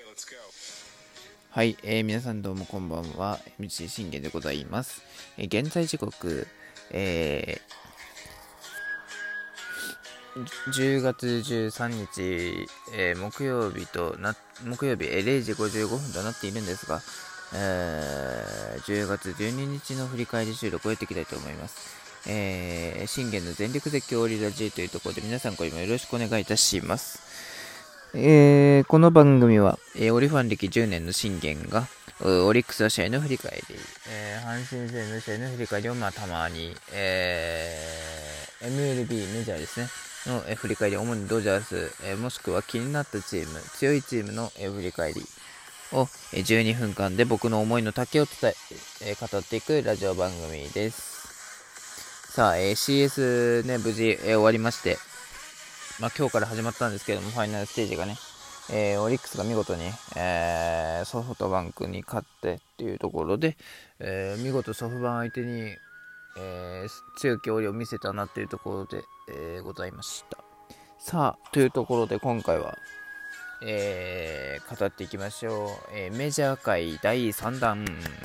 はい、皆さんどうもこんばんは。MC 信玄でございます。現在時刻、10月13日、木曜日0時55分となっているんですが、10月12日の振り返り収録をやっていきたいと思います。信玄の全力絶叫オリラジーというところで皆さん今夜もよろしくお願いいたします。この番組は、オリファン歴10年の信玄がオリックスの試合の振り返り、阪神戦の試合の振り返りをたまに、MLB メジャーですねの、振り返り、主にドジャース、もしくは気になったチーム、強いチームの、振り返りを、12分間で僕の思いの丈を語っていくラジオ番組です。さあ、CS ね、無事、終わりまして、今日から始まったんですけども、ファイナルステージがね、オリックスが見事に、ソフトバンクに勝ってっていうところで、見事ソフバン相手に、強い脅威を見せたなっていうところで、ございました。さあ、というところで今回は、語っていきましょう。メジャー界第3弾、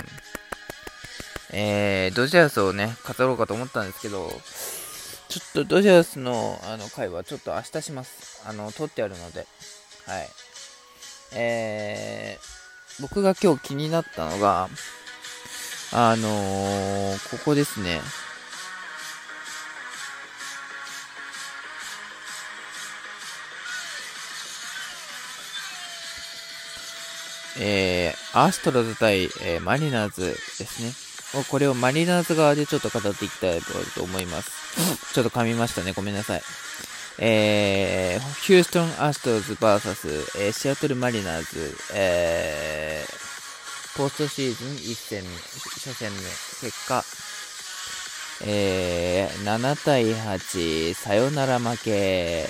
ドジャースをね、語ろうかと思ったんですけど、ちょっとドジャースの回はちょっと明日します。撮ってあるので。はい。僕が今日気になったのが、ここですね。アストロズ対、マリナーズですね。これをマリナーズ側でちょっと語っていきたいと思います。ちょっと噛みましたね。ごめんなさい。ヒューストンアストロズ VS、シアトルマリナーズ、ポストシーズン1戦目、初戦目、結果、7対8、サヨナラ負け。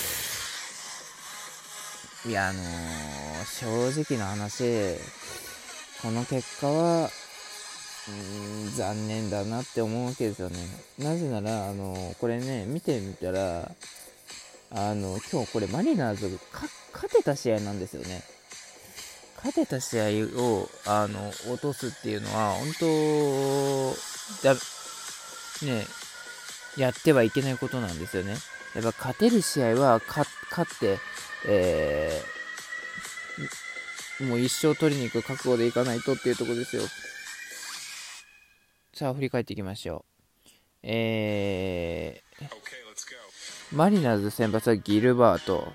いや、正直な話、この結果は、残念だなって思うわけですよね。なぜなら、これね、見てみたら、今日これマリナーズ勝てた試合なんですよね。勝てた試合を落とすっていうのは本当ね、やってはいけないことなんですよね。やっぱ勝てる試合は勝って、もう一生取りに行く覚悟でいかないとっていうところですよ。さあ振り返っていきましょう。マリナーズ先発はギルバート。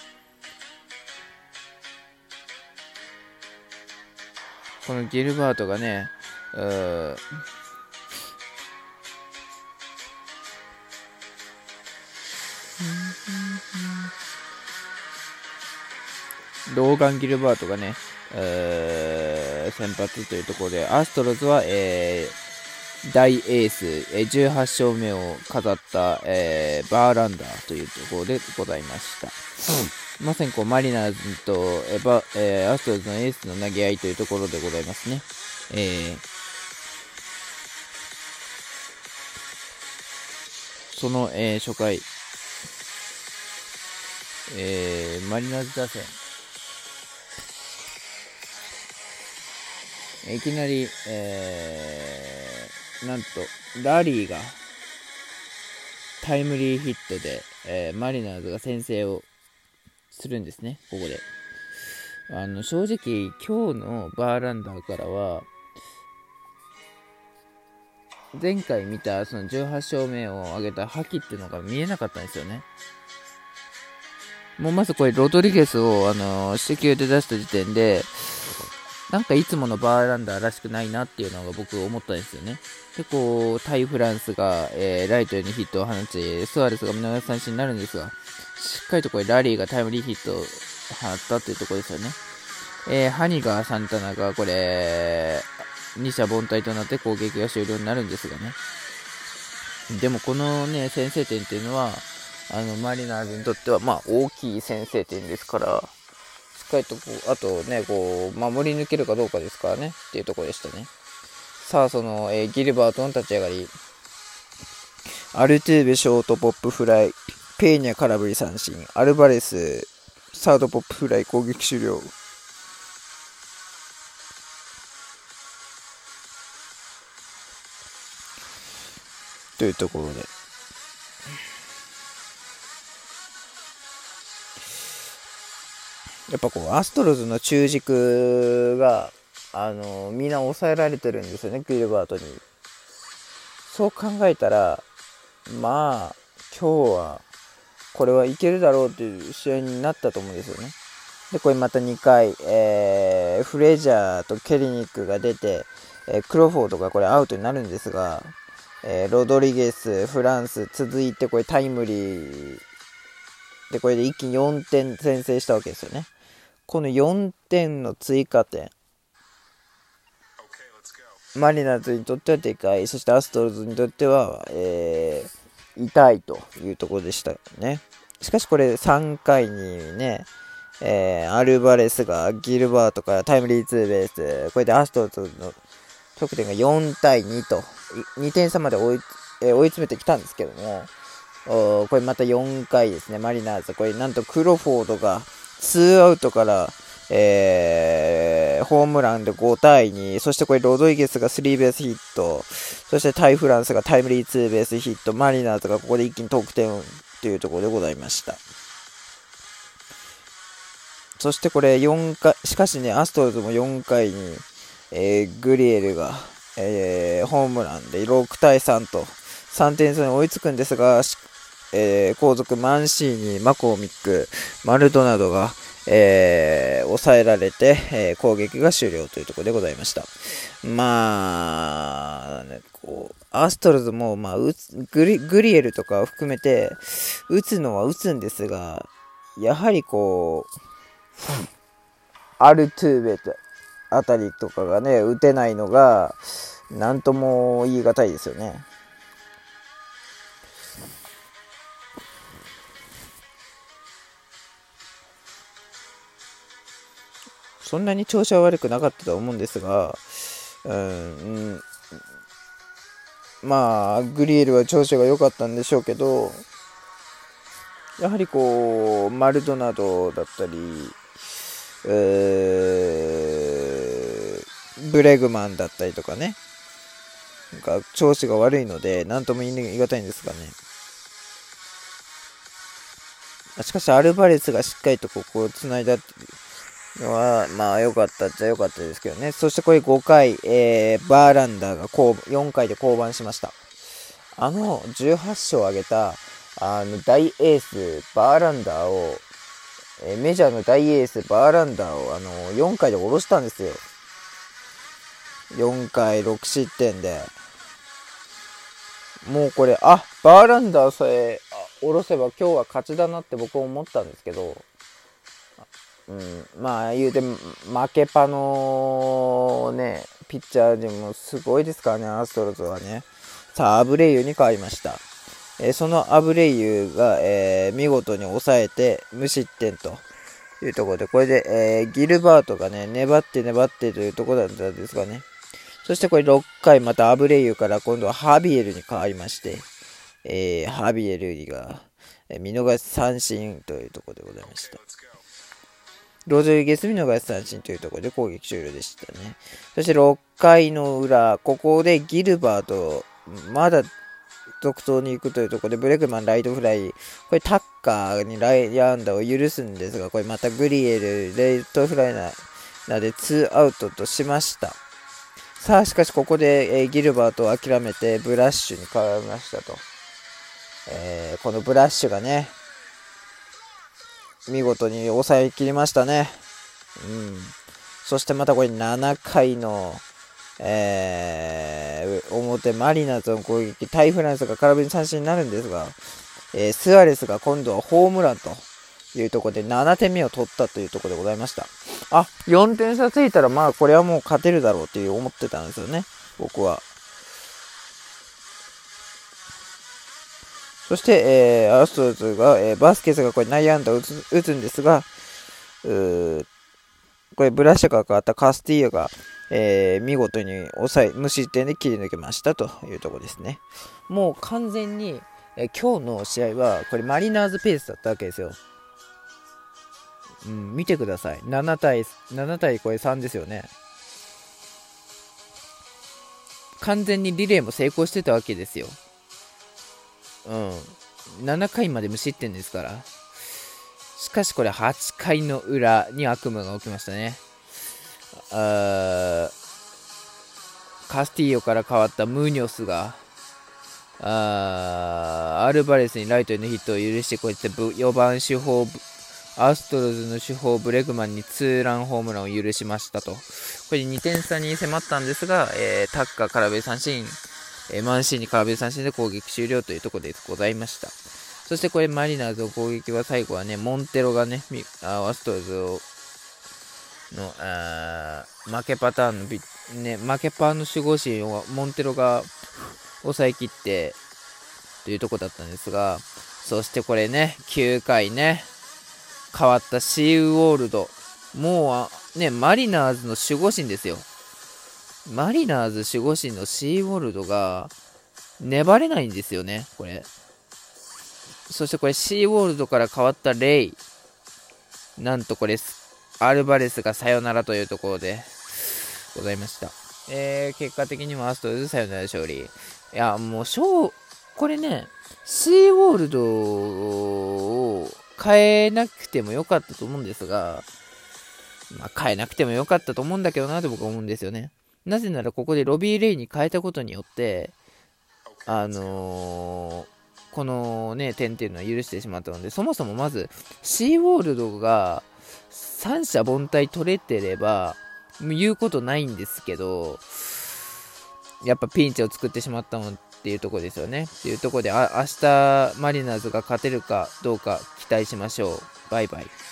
このギルバートがね、ローガン・ギルバートがね、先発というところで、アストロズは、大エース、18勝目を飾った、バーランダーというところでございました。まさにこうマリナーズと、アストロズのエースの投げ合いというところでございますね。その、初回、マリナーズ打線、いきなり、なんとラリーがタイムリーヒットで、マリナーズが先制をするんですね。ここで正直今日のバーランダーからは前回見たその18勝目を挙げた覇気っていうのが見えなかったんですよね。もうまずこれロドリゲスを指揮で出した時点でなんかいつものバーランダーらしくないなっていうのが僕思ったんですよね。でこうタイ・フランスが、ライトへのヒットを放ちスアレスが見逃し三振になるんですが、しっかりとこれラリーがタイムリーヒットを放ったっていうところですよね。ハニガー・サンタナがこれ二者凡退となって攻撃が終了になるんですがね。でもこのね先制点っていうのはマリナーズにとっては大きい先制点ですから、しっかりとあとねこう守り抜けるかどうかですからねっていうところでしたね。さあその、ギルバートの立ち上がり、アルトゥーベショートポップフライ、ペーニャ空振り三振、アルバレスサードポップフライ攻撃終了。 というところで、やっぱこうアストロズの中軸がみんな抑えられてるんですよね、ギルバートに。そう考えたら、まあ今日はこれはいけるだろうという試合になったと思うんですよね。でこれまた2回、フレジャーとケリニックが出て、クロフォードがこれアウトになるんですが、ロドリゲス、フランス続いてこれタイムリーで、これで一気に4点先制したわけですよね。この4点の追加点、マリナーズにとってはでかい、そしてアストロズにとっては、痛いというところでしたね。しかしこれ3回にね、アルバレスがギルバートからタイムリーツーベース、これでアストロズの得点が4対2と2点差まで追い詰めてきたんですけども、これまた4回ですね、マリナーズ、これなんとクロフォードが2アウトから、ホームランで5対2、そしてこれロドリゲスがスリーベースヒット、そしてタイフランスがタイムリーツーベースヒット、マリナーズがここで一気に得点というところでございました。そしてこれ4回、しかしね、アストロズも4回に、グリエルが、ホームランで6対3と3点差に追いつくんですが、後続マンシーニ、マコーミック、マルドナドが、抑えられて、攻撃が終了というところでございました。まあ、ね、こうアストロズも、まあ、グリエルとかを含めて打つのは打つんですが、やはりこうアルトゥーベあたりとかがね打てないのがなんとも言い難いですよね。そんなに調子は悪くなかったと思うんですが、まあグリエルは調子が良かったんでしょうけど、やはりこうマルドナドだったり、ブレグマンだったりとかね、なんか調子が悪いので何とも言い難いんですがね。しかしアルバレスがしっかりとここをつないだっていうのはまあ良かったっちゃ良かったですけどね。そしてこれ5回、バーランダーが4回で降板しました。18勝を挙げた大エースバーランダーを、メジャーの大エースバーランダーを4回で下ろしたんですよ。4回6失点で、もうこれバーランダーさえ下ろせば今日は勝ちだなって僕は思ったんですけど、まあ言うて負けパのねピッチャー陣もすごいですからね、アストロズはね。さあアブレイユに変わりました。そのアブレイユが、見事に抑えて無失点というところで、これで、ギルバートがね粘ってというところだったんですがね。そしてこれ6回またアブレイユから今度はハビエルに変わりまして、ハビエルが見逃し三振というところでございました。ロドリゲス見逃し三振というところで攻撃終了でしたね。そして6回の裏、ここでギルバートまだ続投に行くというところでブレグマンライトフライ、これタッカーにライアンダーを許すんですが、これまたグリエルレイトフライなので2アウトとしました。さあしかしここで、ギルバートを諦めてブラッシュに変わりましたと、このブラッシュがね見事に抑えきりましたね。そしてまたこれ7回の、表マリナーズの攻撃、タイフランスが空振り三振になるんですが、スアレスが今度はホームランというところで7点目を取ったというところでございました。4点差ついたらまあこれはもう勝てるだろうという思ってたんですよね、僕は。そして、アストロズが、バスケスがこれ内野安打を打つんですが、これブラッシュが変わったカスティーヨが、見事に無失点で切り抜けましたというところですね。もう完全に、今日の試合はこれマリナーズペースだったわけですよ。見てください。7対これ3ですよね。完全にリレーも成功してたわけですよ。 7回まで無失点ですから。しかしこれ8回の裏に悪夢が起きましたね。カスティーヨから変わったムーニョスがアルバレスにライトへのヒットを許して、こうやって4番主砲アストロズの主砲ブレグマンにツーランホームランを許しましたと。これ2点差に迫ったんですが、タッカー空振り三振、マンシーに空振り三振で攻撃終了というところでございました。そしてこれマリナーズの攻撃は最後はね、モンテロがね、アストロズの負けパターンの負けパーの守護神をモンテロが抑え切ってというところだったんですが、そしてこれね、9回ね、変わったシーウォールド、もうね、マリナーズの守護神ですよ。マリナーズ守護神のシーウォールドが粘れないんですよね、これ。そしてこれシーウォールドから変わったレイ、なんとこれアルバレスがサヨナラというところでございました。結果的にもアストロズサヨナラ勝利。いや、もうこれね、シーウォールドを変えなくてもよかったと思うんですが、変えなくてもよかったと思うんだけどなと僕は思うんですよね。なぜならここでロビー・レイに変えたことによって、このね、点っていうのは許してしまったので、そもそもまず、シーウォールドが三者凡退取れてれば、言うことないんですけど、やっぱピンチを作ってしまったのっていうところですよね。っていうところで、明日マリナーズが勝てるかどうか期待しましょう。バイバイ。